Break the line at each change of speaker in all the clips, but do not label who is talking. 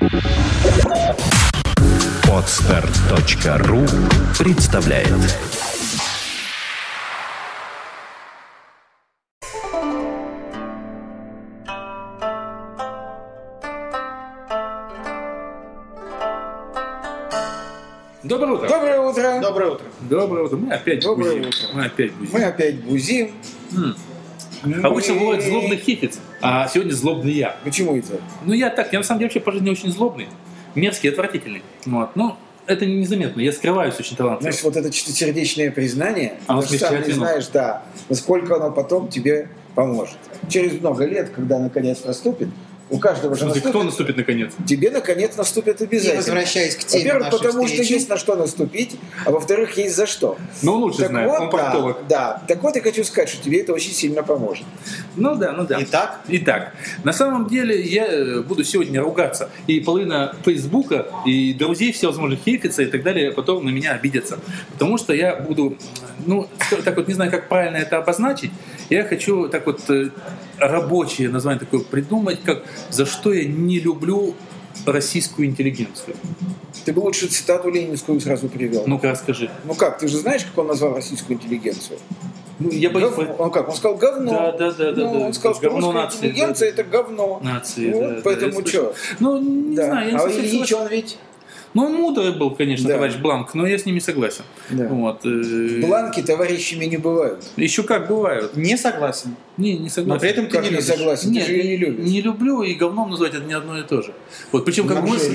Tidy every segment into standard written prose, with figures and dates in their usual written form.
Podster.ru представляет.
Доброе утро.
Доброе утро.
Доброе утро.
Доброе утро. Мы опять
Доброе
бузим.
утро.
Мы опять бузим.
бузим.
Обычно бывает злобный хифиц, а сегодня злобный я.
Почему это?
Я на самом деле вообще по жизни очень злобный, мерзкий, отвратительный. Но это незаметно, я скрываюсь очень талантливо.
Значит, вот это чистосердечное признание,
Оно
ты сам не
смягчает
знаешь, насколько оно потом тебе поможет. Через много лет, когда наконец наступит, у каждого же наступит.
Кто наступит наконец?
Тебе наконец наступит обязательно.
И возвращаясь к теме
Во-первых,
нашей
потому
встречи.
что есть на что наступить, а во-вторых, есть за что.
Он лучше
Так
знает,
вот,
он проктолог.
да. Так вот, я хочу сказать, что тебе это очень сильно поможет.
Да. Итак, на самом деле я буду сегодня ругаться. И половина Фейсбука, и друзей всевозможных хейфица и так далее потом на меня обидятся. Потому что я буду, не знаю, как правильно это обозначить. Я хочу рабочее название такое придумать, как «За что я не люблю российскую интеллигенцию».
Ты бы лучше цитату ленинскую сразу привел.
Ну-ка, расскажи.
Ты же знаешь, как он назвал российскую интеллигенцию?
Я боюсь...
Он сказал говно.
Да.
Он сказал, что
Говно
русская
нации,
интеллигенция это говно.
Нации,
Поэтому что?
Не знаю, я не
А
совсем
Ильич,
согласен.
он ведь...
Он мудрый был, конечно,
Да.
товарищ Бланк, но я с ними согласен.
Да. Бланки товарищами не бывают.
Еще как бывают.
Не согласен.
Не согласен.
Но при этом ты
Как
не
не
любишь.
согласен?
Нет,
Ты же ее не любишь.
не люблю, и говном назвать это не одно и то же. Причем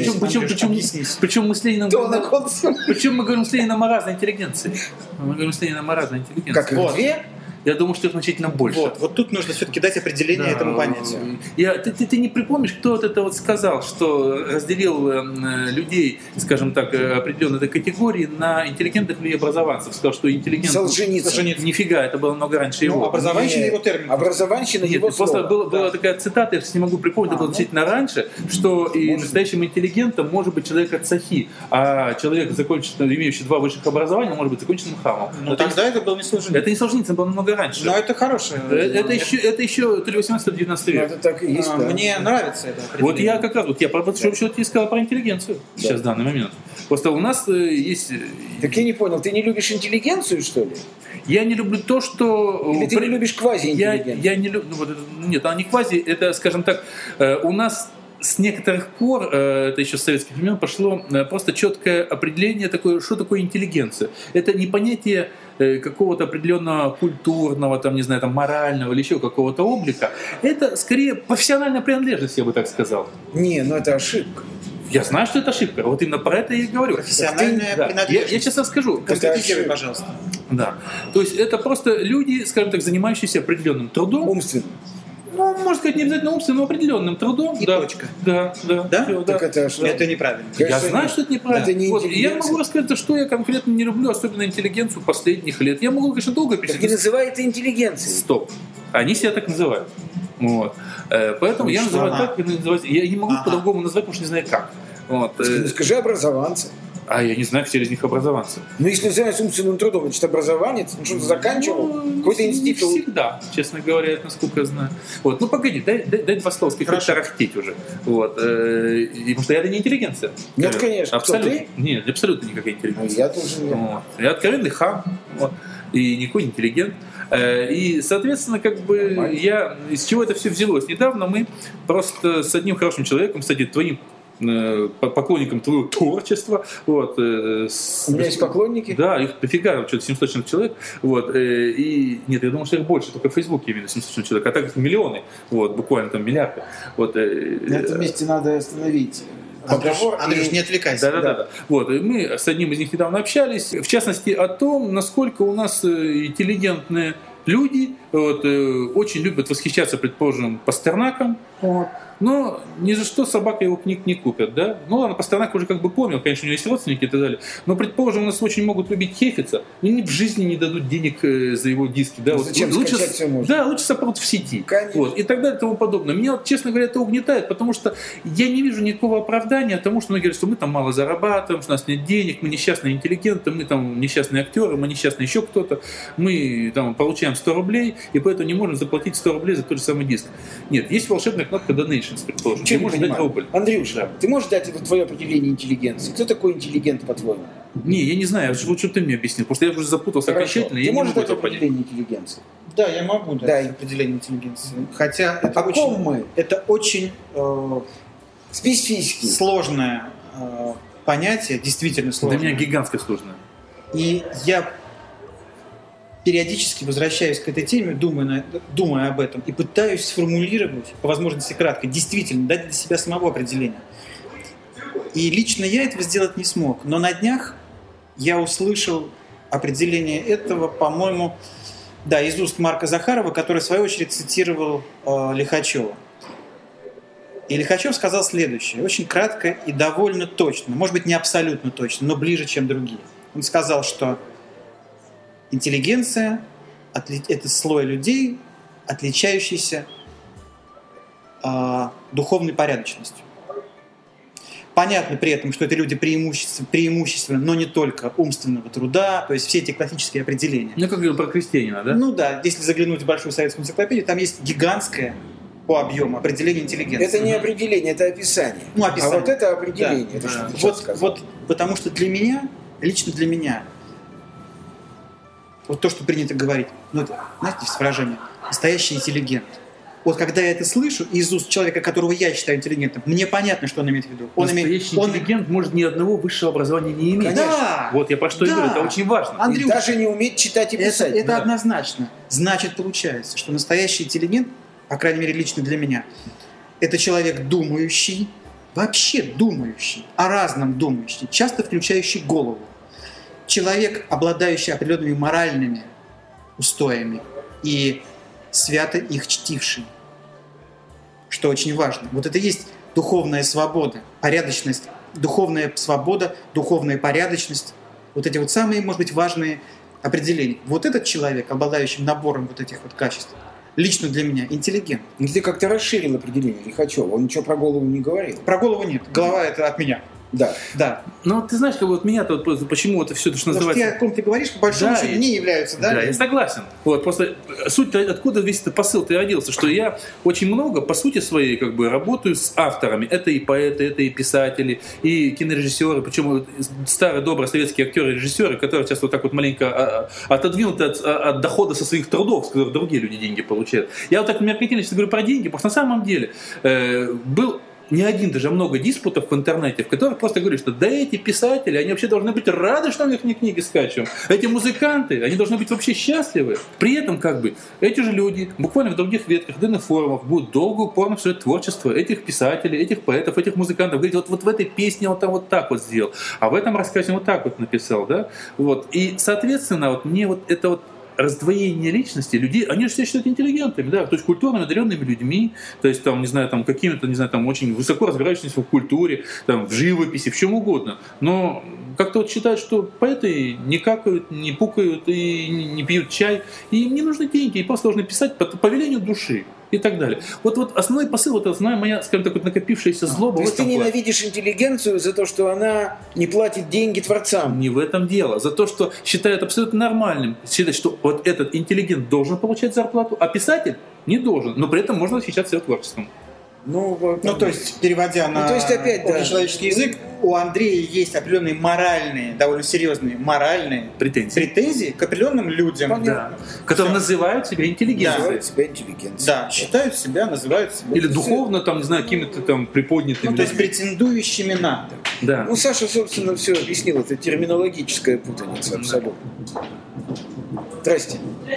Объяснись.
мы с Лениным
То на конце.
причем мы говорим с Лениным о разной интеллигенции. Мы говорим с Лениным о разной интеллигенции.
Как их
Вот.
две?
Я думаю, что их значительно больше.
Вот тут нужно все-таки дать определение
Да.
этому понятию.
Ты не припомнишь, кто сказал, что разделил людей, скажем так, определенной категории на интеллигентных и образованцев. Сказал, что интеллигент...
Солженицын.
Нифига, это было много раньше его.
Образованщина его термин.
Образованщина
Нет,
его
просто
слово.
была такая цитата, я сейчас не могу припомнить, это было действительно раньше, что и настоящим интеллигентом может быть человек от Сахи, а человек, имеющий 2 высших образования, может быть законченным хамом.
Тогда это был не Солженицын.
Это не Солженицын, было намного раньше.
Но это хорошее.
Это еще то ли 18 то ли 19
Ну,
век.
это так и есть, да.
Мне нравится это определение.
Вот я как раз, я про что тебе сказал про интеллигенцию сейчас в данный момент. Просто у нас есть...
Так я не понял, ты не любишь интеллигенцию, что ли?
Я не люблю то, что...
Или ты не любишь квази-интеллигенцию?
Я не люблю... Нет, она не квази, это, скажем так, у нас с некоторых пор, это еще с советских времен, пошло просто четкое определение такое, что такое интеллигенция. Это не понятие какого-то определенного культурного, морального или еще какого-то облика. Это скорее профессиональная принадлежность, я бы так сказал.
Не, это ошибка.
Я знаю, что это ошибка. Вот именно про это я и говорю.
Профессиональная
Да.
принадлежность.
Я сейчас расскажу.
Конкретизируй, пожалуйста.
Да. То есть это просто люди, скажем так, занимающиеся определенным трудом.
Умственно.
Можно сказать, не обязательно умственным, но определенным трудом.
И
да.
точка.
Да?
Так
Всё, да.
это ошибка.
Это неправильно.
Я
Конечно,
знаю,
нет.
что это неправильно.
Это не
Вот, и я
интеллигенция.
могу рассказать, что я конкретно не люблю, особенно интеллигенцию последних лет. Я могу, конечно, долго
Так не
перечислить.
называй это интеллигенцией.
Стоп. Они себя так называют. Вот. Поэтому я называю так, как называть. Я не могу по-другому назвать, потому что не знаю как. Вот.
Скажи образованцы.
А я не знаю, все из них образованцы.
Если занимаешься умственным трудом, значит образованец, что-то заканчивал, какой-то
Не
институт.
всегда, честно говоря, насколько я знаю. Вот. Погоди, дай 2 слова сказать, хоть тарахтеть уже. Вот. Потому что я не интеллигенция.
Нет, конечно.
Абсолютно.
Кто ты?
Нет, абсолютно никакая интеллигенция.
Я тоже не.
Вот. Я откровенный хам. Вот. И никакой не интеллигент. И, соответственно, я... Из чего это все взялось? Недавно мы просто с одним хорошим человеком, кстати, твоим поклонником твоего творчества. Вот,
У меня есть поклонники?
Да, их дофига, что-то 700 человек. Вот, и нет, я думал, что их больше, только в Фейсбуке именно 700 человек, а так миллионы, вот, буквально там миллиарды. Вот,
На этом месте надо остановить разговор.
Андрюш, не отвлекайся.
Да. Вот, и мы с одним из них недавно общались, в частности, о том, насколько у нас интеллигентные люди очень любят восхищаться, предположим, Пастернаком. Вот. Но ни за что собака его книг не купят, да? Ну ладно, Пастернак уже помнил, конечно, у него есть родственники и так далее. Но, предположим, у нас очень могут любить Хефица, но они в жизни не дадут денег за его диски, да?
Зачем скачать все можно?
Да, лучше сопрут в сети.
Конечно.
Вот, и так далее и тому подобное. Меня, честно говоря, это угнетает, потому что я не вижу никакого оправдания тому, что многие говорят, что мы там мало зарабатываем, что у нас нет денег, мы несчастные интеллигенты, мы там несчастные актеры, мы несчастные еще кто-то, мы там получаем 100 рублей, и поэтому не можем заплатить 100 рублей за тот же самый диск. Нет, есть волшебная кнопка Donation. меньшинств, предположим.
Чем
Ты можешь дать рубль.
Андрюша, ты можешь дать это твое определение интеллигенции? Кто такой интеллигент, по-твоему?
Не, я не знаю, лучше ты мне объяснил, потому что я уже запутался окончательно.
Ты можешь дать определение интеллигенции?
Да, я могу дать определение интеллигенции. Хотя это очень
специфически
сложное понятие, действительно сложное.
Для меня гигантское сложное.
И я периодически возвращаюсь к этой теме, думаю об этом и пытаюсь сформулировать, по возможности кратко, действительно дать для себя самого определения. И лично я этого сделать не смог. Но на днях я услышал определение этого, по-моему, из уст Марка Захарова, который в свою очередь цитировал Лихачева. И Лихачев сказал следующее, очень кратко и довольно точно, может быть, не абсолютно точно, но ближе, чем другие. Он сказал, что интеллигенция – это слой людей, отличающийся духовной порядочностью. Понятно при этом, что это люди преимущественно, но не только умственного труда, то есть все эти классические определения.
Ну, как говорил про крестьянина, да?
Если заглянуть в Большую советскую энциклопедию, там есть гигантское по объему определение интеллигенции.
Это не определение, это описание.
Описание.
А вот это определение.
Да.
Это что ты сейчас сказал.
Потому что лично для меня, вот то, что принято говорить, это, знаете, выражение, настоящий интеллигент. Вот когда я это слышу из уст человека, которого я считаю интеллигентом, мне понятно, что он имеет в виду.
Настоящий интеллигент может ни одного высшего образования не иметь.
Конечно.
Вот я про что и говорю, это очень важно.
Андрюш, и даже не уметь читать и писать.
Это однозначно. Значит, получается, что настоящий интеллигент, по крайней мере, лично для меня, это человек думающий, вообще думающий, о разном думающий, часто включающий голову. Человек, обладающий определенными моральными устоями и свято их чтивший. Что очень важно. Вот это и есть духовная свобода, порядочность, духовная свобода, духовная порядочность. Вот эти вот самые, может быть, важные определения. Вот этот человек, обладающий набором вот этих вот качеств, лично для меня интеллигент.
Но ты как-то расширил определение Лихачева. Он ничего про голову не говорил.
Про голову нет. Голова это от меня.
Да.
Но ты знаешь, как вот меня-то почему это все, что называется...
Потому что о ком ты говоришь, по большому счету, не являются, да?
Да, я согласен. Вот, просто суть, откуда весь этот посыл-то родился, что я очень много, по сути своей, работаю с авторами. Это и поэты, это и писатели, и кинорежиссеры, причем старые добрые советские актеры и режиссеры, которые сейчас вот так вот маленько отодвинуты от дохода со своих трудов, с которых другие люди деньги получают. Я вот так меркантильно сейчас говорю про деньги, потому что на самом деле был не один, даже много диспутов в интернете, в которых просто говорят, что эти писатели, они вообще должны быть рады, что мы их книги скачиваем. Эти музыканты, они должны быть вообще счастливы. При этом, эти же люди, буквально в других ветках, в данных форумах, будут долго упорно обсуждать творчество этих писателей, этих поэтов, этих музыкантов. Говорить, вот в этой песне он там вот так вот сделал, а в этом рассказе вот так вот написал, да? Вот. И, соответственно, мне вот это вот раздвоение личности людей, они же все считают интеллигентами, да, то есть культурно одаренными людьми, то есть какими-то, очень высоко разбирающимися в культуре, в живописи, в чем угодно. Но как-то вот считают, что поэты не какают, не пукают и не пьют чай, и им не нужны деньги, и просто должны писать по велению души. И так далее. Вот основной посыл, основная моя, скажем так, накопившаяся злоба.
То есть ты ненавидишь интеллигенцию за то, что она не платит деньги творцам?
Не в этом дело. За то, что считают абсолютно нормальным, считать, что вот этот интеллигент должен получать зарплату, а писатель не должен. Но при этом можно восхищаться его творчеством.
То есть, переводя на человеческий язык, у Андрея есть определенные моральные, довольно серьезные моральные претензии к определенным людям,
которые называют себя интеллигенцией.
Да, считают себя, называют себя.
Или духовно, какими-то приподнятыми.
То есть претендующими на.
Да.
Саша, собственно, все объяснил. Это терминологическая путаница абсолютно. Здрасте.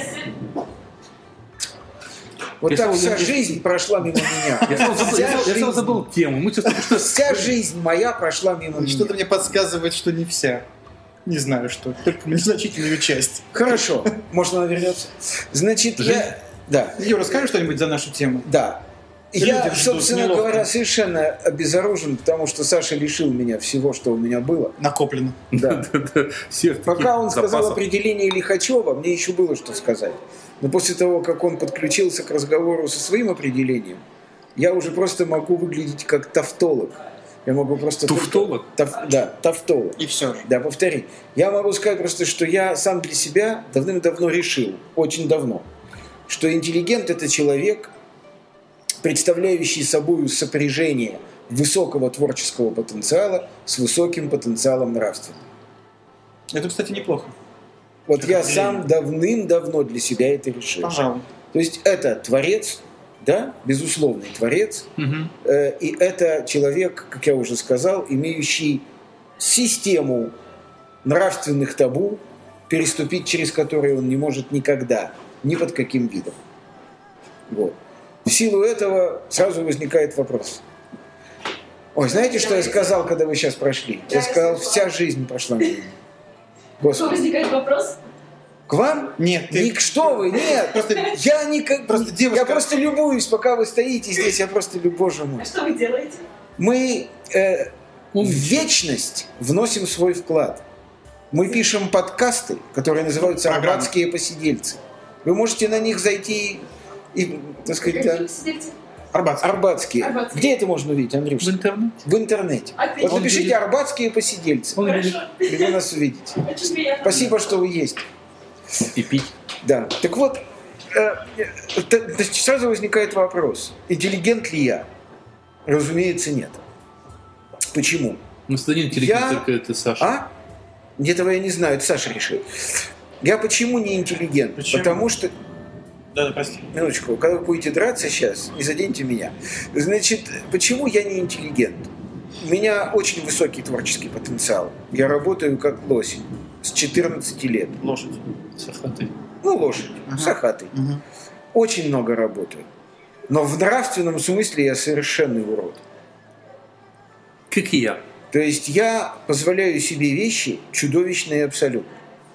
Вот так вся жизнь прошла мимо меня.
Я забыл тему.
Вся жизнь моя прошла мимо меня.
Что-то мне подсказывает, что не вся. Не знаю, что. Только незначительную часть.
Хорошо. Может, она вернется? Значит,
Юра, расскажи что-нибудь за нашу тему.
Да. Я, собственно говоря, совершенно обезоружен, потому что Саша лишил меня всего, что у меня было.
Накоплено.
Да. Пока он сказал определение Лихачева, мне еще было что сказать. Но после того, как он подключился к разговору со своим определением, я уже просто могу выглядеть как тавтолог. Я могу просто...
Туфтолог?
Тавтолог.
И все же.
Да, повтори. Я могу сказать просто, что я сам для себя давным-давно решил, очень давно, что интеллигент – это человек, представляющий собой сопряжение высокого творческого потенциала с высоким потенциалом нравственным.
Это, кстати, неплохо.
Вот я сам давным-давно для себя это решил.
Пожалуй.
То есть это творец, да, безусловный творец, и это человек, как я уже сказал, имеющий систему нравственных табу, переступить через которые он не может никогда, ни под каким видом. Вот. В силу этого сразу возникает вопрос. Ой, знаете, что я сказал, когда вы сейчас прошли? Я сказал, вся жизнь прошла мимо.
Что возникает вопрос?
К вам?
Нет.
Что вы? Нет. Я просто любуюсь, пока вы стоите здесь, я просто боже мой.
А что вы делаете?
Мы в вечность вносим свой вклад. Мы пишем подкасты, которые называются «Арбатские посидельцы». Вы можете на них зайти и, так сказать, да. Арбатские. Где это можно увидеть, Андрюш?
В интернете.
В интернете. Вот напишите «Арбатские посидельцы». И вы нас увидите. Спасибо, что вы есть.
И пить.
Да. Так вот, сразу возникает вопрос. Интеллигент ли я? Разумеется, нет. Почему?
Ну, студент интеллигент, только это Саша.
Этого я не знаю, это Саша решил. Я почему не интеллигент?
Почему?
Потому что...
Да, прости.
Минуточку, когда вы будете драться сейчас, не заденьте меня. Значит, почему я не интеллигент? У меня очень высокий творческий потенциал. Я работаю как лось с 14 лет.
Лошадь.
Сахатый.
Лошадь. Сахатый. Очень много работаю. Но в нравственном смысле я совершенный урод.
Как и я.
То есть я позволяю себе вещи чудовищные абсолютно.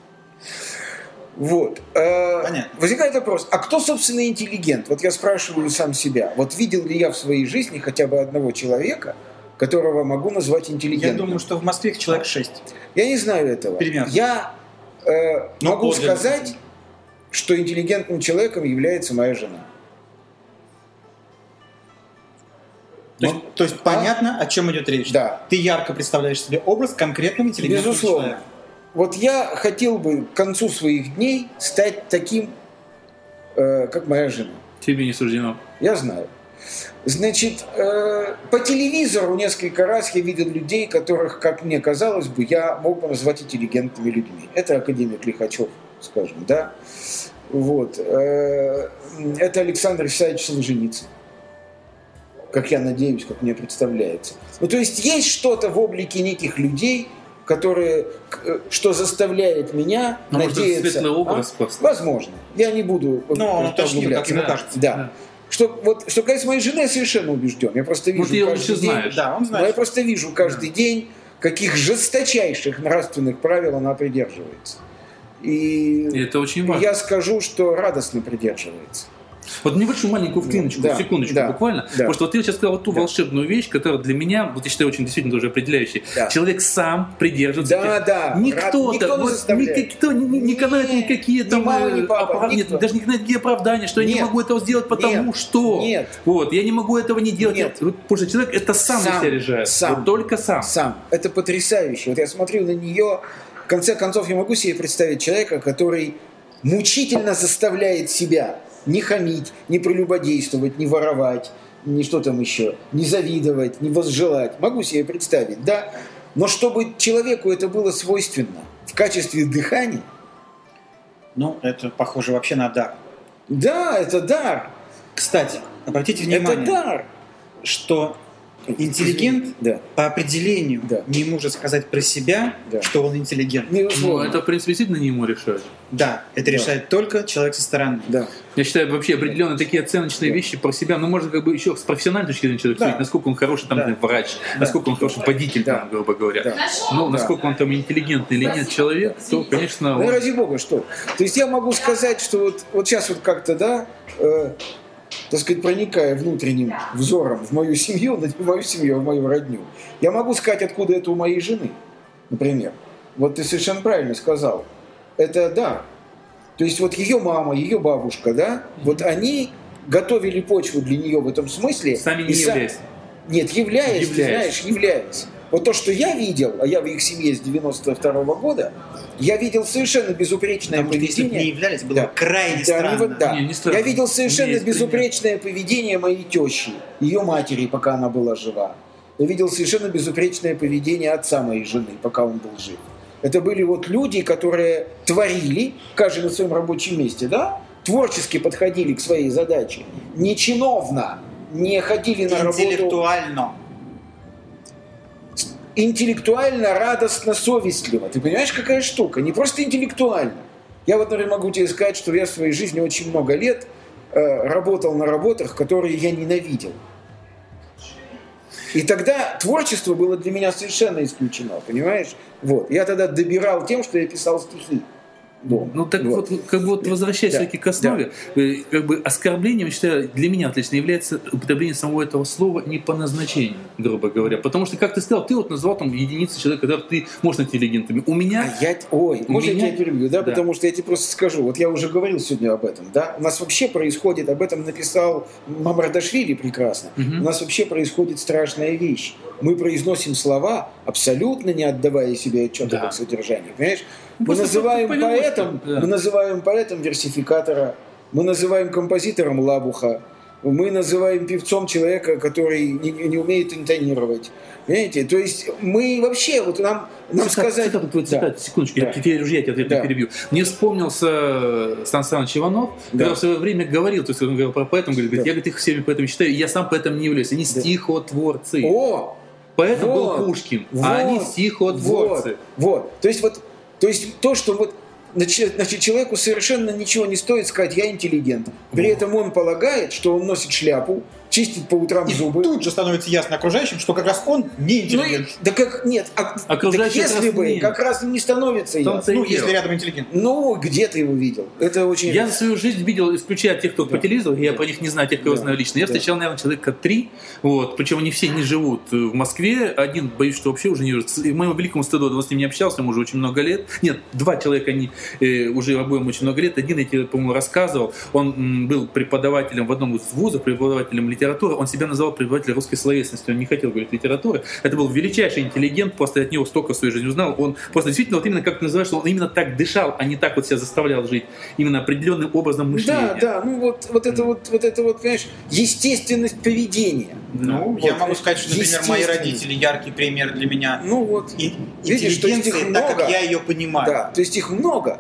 Вот.
Понятно.
Возникает вопрос, а кто, собственно, интеллигент? Вот я спрашиваю сам себя. Вот видел ли я в своей жизни хотя бы одного человека, которого могу назвать интеллигентом?
Я думаю, что в Москве их человек 6.
Я не знаю этого.
Примерно.
Я могу сказать, что интеллигентным человеком является моя жена.
То есть понятно, о чем идет речь.
Да.
Ты ярко представляешь себе образ конкретного интеллигентного
Безусловно.
человека.
Вот я хотел бы к концу своих дней стать таким, как моя жена.
Тебе не суждено.
Я знаю. Значит, по телевизору несколько раз я видел людей, которых, как мне казалось бы, я мог бы назвать интеллигентными людьми. Это академик Лихачев, скажем, да. Вот. Это Александр Исаевич Солженицын. Как я надеюсь, как мне представляется. Ну, то есть есть облике неких людей, которые, что заставляет меня надеяться...
Может, это светлый образ просто?
Возможно. Я не буду...
Но он уточнил, как ему кажется.
Да. Что касается моей жены, я совершенно убежден. Я просто вижу каждый день...
Да, он знает.
Я просто вижу каждый день, каких жесточайших нравственных правил она придерживается. И
это очень важно.
Я скажу, что радостно придерживается.
Вот небольшую маленькую вклиночку, секундочку, буквально. Потому что вот ты сейчас сказал ту волшебную вещь, которая для меня, вот я считаю, очень действительно тоже определяющей. Человек сам придерживается. Никто не заставляет. Не канает никакие там даже никакие оправдания, что я не могу этого сделать, потому что. Вот, я не могу этого не делать. Потому что человек это сам для себя решает. Вот только сам.
Сам. Это потрясающе. Вот я смотрю на нее, в конце концов, я могу себе представить человека, который мучительно заставляет себя не хамить, не прелюбодействовать, не воровать, ни что там еще, не завидовать, не возжелать. Могу себе представить, да? Но чтобы человеку это было свойственно в качестве дыхания...
Ну, это похоже вообще на дар.
Да, это дар.
Кстати, обратите внимание,
это дар.
Что интеллигент по определению не может сказать про себя, что он интеллигент.
Ну, это, в принципе, действительно не ему решать.
Да, это решает только человек со стороны.
Да.
Я считаю, вообще определенные такие оценочные вещи про себя, ну, можно как бы еще с профессиональной точки зрения человека судить, насколько он хороший там врач, насколько он хороший водитель, там, грубо говоря. Ну, насколько он там интеллигентный или нет человек, то, конечно...
Ну, ради бога, что? То есть я могу сказать, что вот сейчас вот как-то, так сказать, проникая внутренним взором в мою семью, в мою родню, я могу сказать, откуда это у моей жены, например. Вот ты совершенно правильно сказал. Это дар. То есть вот ее мама, ее бабушка, вот они готовили почву для нее в этом смысле.
Сами не являясь.
Нет, являюсь, ты знаешь, являюсь. Вот то, что я видел, а я в их семье с 92-го года, я видел совершенно безупречное поведение.
Если бы не являлись, было крайне странно.
Не странно. Я видел совершенно безупречное поведение моей тещи, ее матери, пока она была жива. Я видел совершенно безупречное поведение отца моей жены, пока он был жив. Это были вот люди, которые творили, каждый на своем рабочем месте, да? Творчески подходили к своей задаче. Не чиновно, не ходили на работу. Интеллектуально, радостно, совестливо. Ты понимаешь, какая штука? Не просто интеллектуально. Я вот, например, могу тебе сказать, что я в своей жизни очень много лет работал на работах, которые я ненавидел. И тогда творчество было для меня совершенно исключено, понимаешь? Вот. Я тогда добирал тем, что я писал стихи.
Ну так вот, как бы вот возвращаясь все-таки к основе, как бы оскорблением, считаю, для меня отлично является употребление самого этого слова не по назначению, грубо говоря. Потому что, как ты сказал, ты вот назвал там единицы человек, когда ты можешь интеллигентами. У меня...
Можно я тебя перебью, да? Потому что я тебе просто скажу, вот я уже говорил сегодня об этом, да? У нас вообще происходит, об этом написал Мамардашвили прекрасно, у нас вообще происходит страшная вещь. Мы произносим слова, абсолютно не отдавая себе отчета об их содержании, понимаешь? Мы называем поэтом версификатора, мы называем композитором лабуха, мы называем певцом человека, который не умеет интонировать. Понимаете? То есть мы вообще, вот нам сказать...
Секундочку, я тебя перебью. Мне вспомнился Сан Саныч Иванов, когда в свое время говорил, то есть он говорил про поэтов, говорит, я их всеми поэтами считаю, и я сам поэтом не являюсь, они стихотворцы. Поэтому был Пушкин, а они стихотворцы.
То есть то, что вот значит, человеку совершенно ничего не стоит сказать «я интеллигент». При этом он полагает, что он носит шляпу, чистит по утрам зубы.
И тут же становится ясно окружающим, что как раз он не интеллигент.
Если бы, как раз не становится ясно.
Если рядом интеллигент.
Где ты его видел? Это очень...
Я за свою жизнь видел, исключая тех, кто по телевизору, я про них не знаю, тех, кого знаю лично. Я встречал, наверное, человека 3, причем они все не живут в Москве. Один, боюсь, что вообще уже не живет. И моему великому стыду, он с ним не общался, ему уже очень много лет. Нет, 2 человека, они уже обоим очень много лет. Один, я тебе, по-моему, рассказывал, он был преподавателем в одном из вузов, преподавателем литературы, он себя называл преподавателем русской словесности, он не хотел говорить литературы. Это был величайший интеллигент, просто от него столько в своей жизни узнал. Он просто действительно, вот именно как ты называешь, он именно так дышал, а не так вот себя заставлял жить. Именно определенным образом мышления.
Вот это, понимаешь, естественность поведения.
Я могу сказать, что, например, мои родители яркий пример для меня. Интеллигенции, так как я ее понимаю.
Да, то есть их много.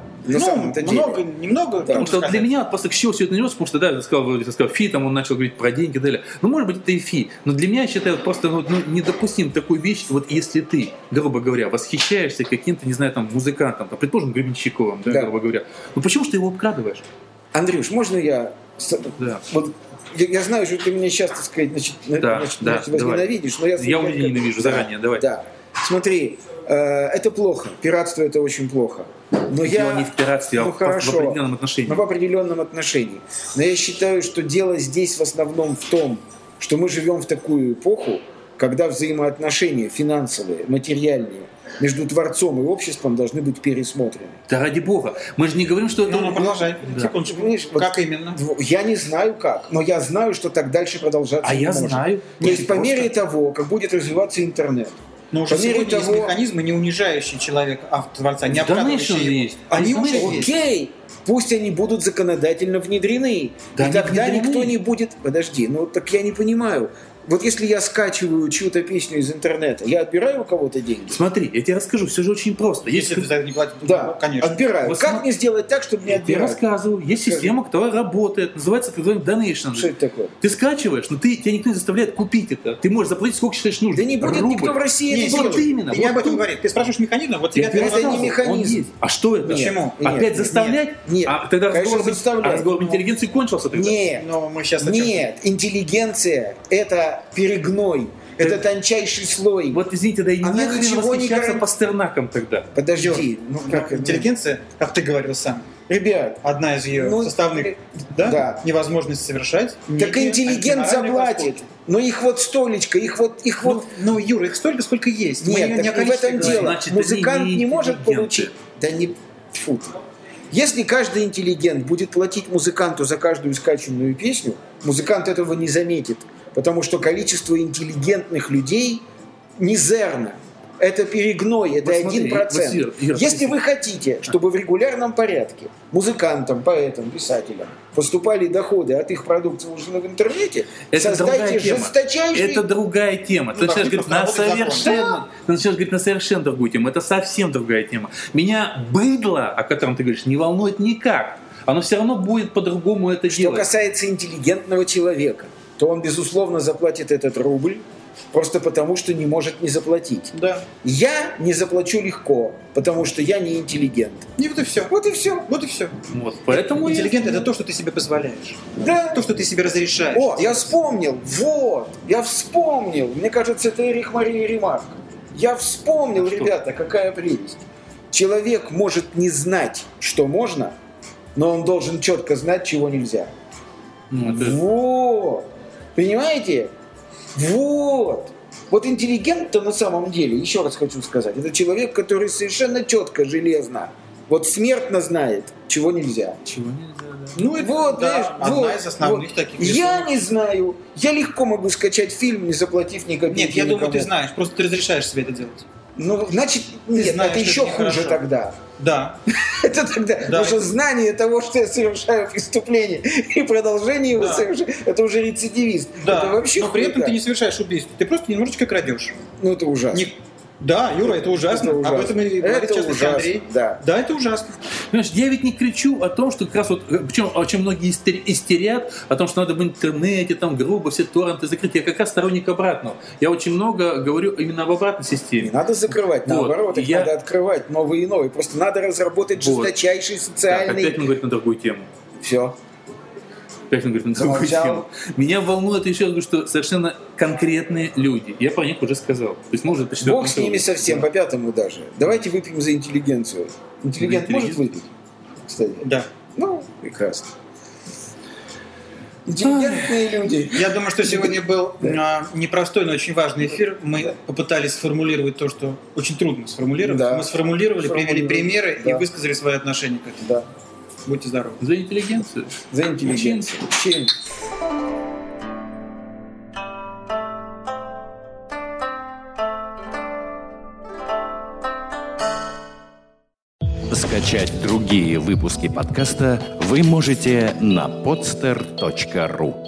Немного.
Потому что для меня просто к чему все это началось, потому что, я сказал, фи, там он начал говорить про деньги и так далее. Может быть, это и фи. Но для меня, я считаю, просто недопустим такую вещь, вот если ты, грубо говоря, восхищаешься каким-то, не знаю, там, музыкантом, предположим, Гребенщиковым, грубо говоря, почему же ты его обкрадываешь?
Андрюш, можно я... Вот, я знаю, что ты меня сейчас, так сказать, возненавидишь, но
я уже ненавижу заранее, давай.
Да. Смотри, это плохо. Пиратство — это очень плохо. Но
дело не в пиратстве, в определенном отношении.
В определенном отношении. Но я считаю, что дело здесь в основном в том, что мы живем в такую эпоху, когда взаимоотношения финансовые, материальные между Творцом и обществом должны быть пересмотрены.
Да ради Бога. Мы же не говорим, что это...
продолжай. Секундочку. Как именно?
Я не знаю как, но я знаю, что так дальше продолжаться не может.
Знаю.
То есть по мере того, как будет развиваться интернет,
но уже сегодня есть механизмы, не унижающие человека, Творца, не оправдывающие его.
Они уже есть. Окей, пусть они будут законодательно внедрены. И тогда никто не будет... Подожди, так я не понимаю. Вот если я скачиваю чью-то песню из интернета, я отбираю у кого-то деньги?
Смотри, я тебе расскажу, все же очень просто.
Если ты за это не платишь,
конечно. Отбираю. Как мне сделать так, чтобы не отбирать?
Я рассказывал. Есть система, которая работает. Называется donation.
Что это такое?
Ты скачиваешь, но тебя никто не заставляет купить это. Ты можешь заплатить, сколько считаешь нужно.
Да не будет никто в России это делать.
Именно.
Ты не об этом говоришь. Ты спрашиваешь механизм, вот тебе
это не механизм.
А что это?
Почему?
Опять заставлять?
Нет.
Тогда разговор интеллигенции кончился тогда.
Нет. Интеллигенция – это перегной. Это тончайший слой.
Вот извините, да и не хрен восхищаться Пастернаком тогда.
Подожди.
Интеллигенция, как ты говорил сам,
ребят,
одна из ее составных, невозможность совершать.
Так интеллигент заплатит. Но их вот столечко, их вот.
Юра, их столько, сколько есть.
Нет, так в этом дело. Музыкант не может получить. Да не. Фу. Если каждый интеллигент будет платить музыканту за каждую скачанную песню, музыкант этого не заметит. Потому что количество интеллигентных людей мизерно. Это перегной, это 1%. Если вы хотите, чтобы в регулярном порядке музыкантам, поэтам, писателям поступали доходы от их продукции уже в интернете,
это
создайте жесточайший...
Это другая тема. Ты начинаешь говорить на совершенно другую тему. Это совсем другая тема. Меня быдло, о котором ты говоришь, не волнует никак. Оно все равно будет по-другому это делать.
Что касается интеллигентного человека, то он, безусловно, заплатит этот рубль, просто потому, что не может не заплатить.
Да.
Я не заплачу легко, потому что я не интеллигент.
И вот и все.
Вот и все.
Вот и все.
Вот, поэтому
интеллигент – это то, что ты себе позволяешь.
Да.
То, что ты себе разрешаешь.
О, я вспомнил. Вот. Я вспомнил. Мне кажется, это Эрих Мария Ремарк. Я вспомнил, ребята, какая прелесть. Человек может не знать, что можно, но он должен четко знать, чего нельзя. Вот. Понимаете? Вот. Вот интеллигент-то на самом деле, еще раз хочу сказать, это человек, который совершенно четко, железно, вот смертно знает, чего нельзя.
Чего нельзя, да.
Ну, это вот,
да,
знаешь,
одна
вот,
из основных
вот.
таких
Я
рисунок.
не знаю. Я легко могу скачать фильм, не заплатив ни копейки.
Нет, я
никому.
думаю, ты знаешь, просто ты разрешаешь себе это делать.
Ну, значит, нет,
знаешь,
это
что
еще
это
хуже
нехорошо.
тогда.
Да.
Это тогда, потому что знание того, что я совершаю преступление, и продолжение его совершать, это уже рецидивист.
Да,
Это вообще
но при этом
хуйня.
ты не совершаешь убийство, ты просто немножечко крадешь.
Ну, это ужасно.
Да, Юра, это ужасно.
Это ужасно.
Об этом и говорит,
Это
в частности,
ужасно,
Андрей.
да.
Да, это ужасно.
Понимаешь, я ведь не кричу о том, что как раз вот, причем очень многие истерят о том, что надо в интернете, там, грубо, все торренты закрыть. Я как раз сторонник обратного. Я очень много говорю именно об обратной системе.
Не надо закрывать, наоборот, их надо открывать новые и новые. Просто надо разработать жесточайший социальный...
Так, опять мы говорим на другую тему.
Все.
Опять он говорит на другую тему. Меня волнует еще, говорю, что совершенно конкретные люди. Я про них уже сказал. То есть можно почти.
Бог с ними совсем, по пятому даже. Давайте выпьем за интеллигенцию. Интеллигент может выпить? Кстати.
Да.
Ну, прекрасно. Интеллигентные люди.
Я думаю, что сегодня был непростой, но очень важный эфир. Мы попытались сформулировать то, что очень трудно сформулировать.
Да.
Мы сформулировали, привели примеры и
Да.
высказали свои отношения к этому.
Да.
Будьте здоровы.
За интеллигенцию.
За интеллигенцию. Учим.
Скачать другие выпуски подкаста вы можете на podster.ru.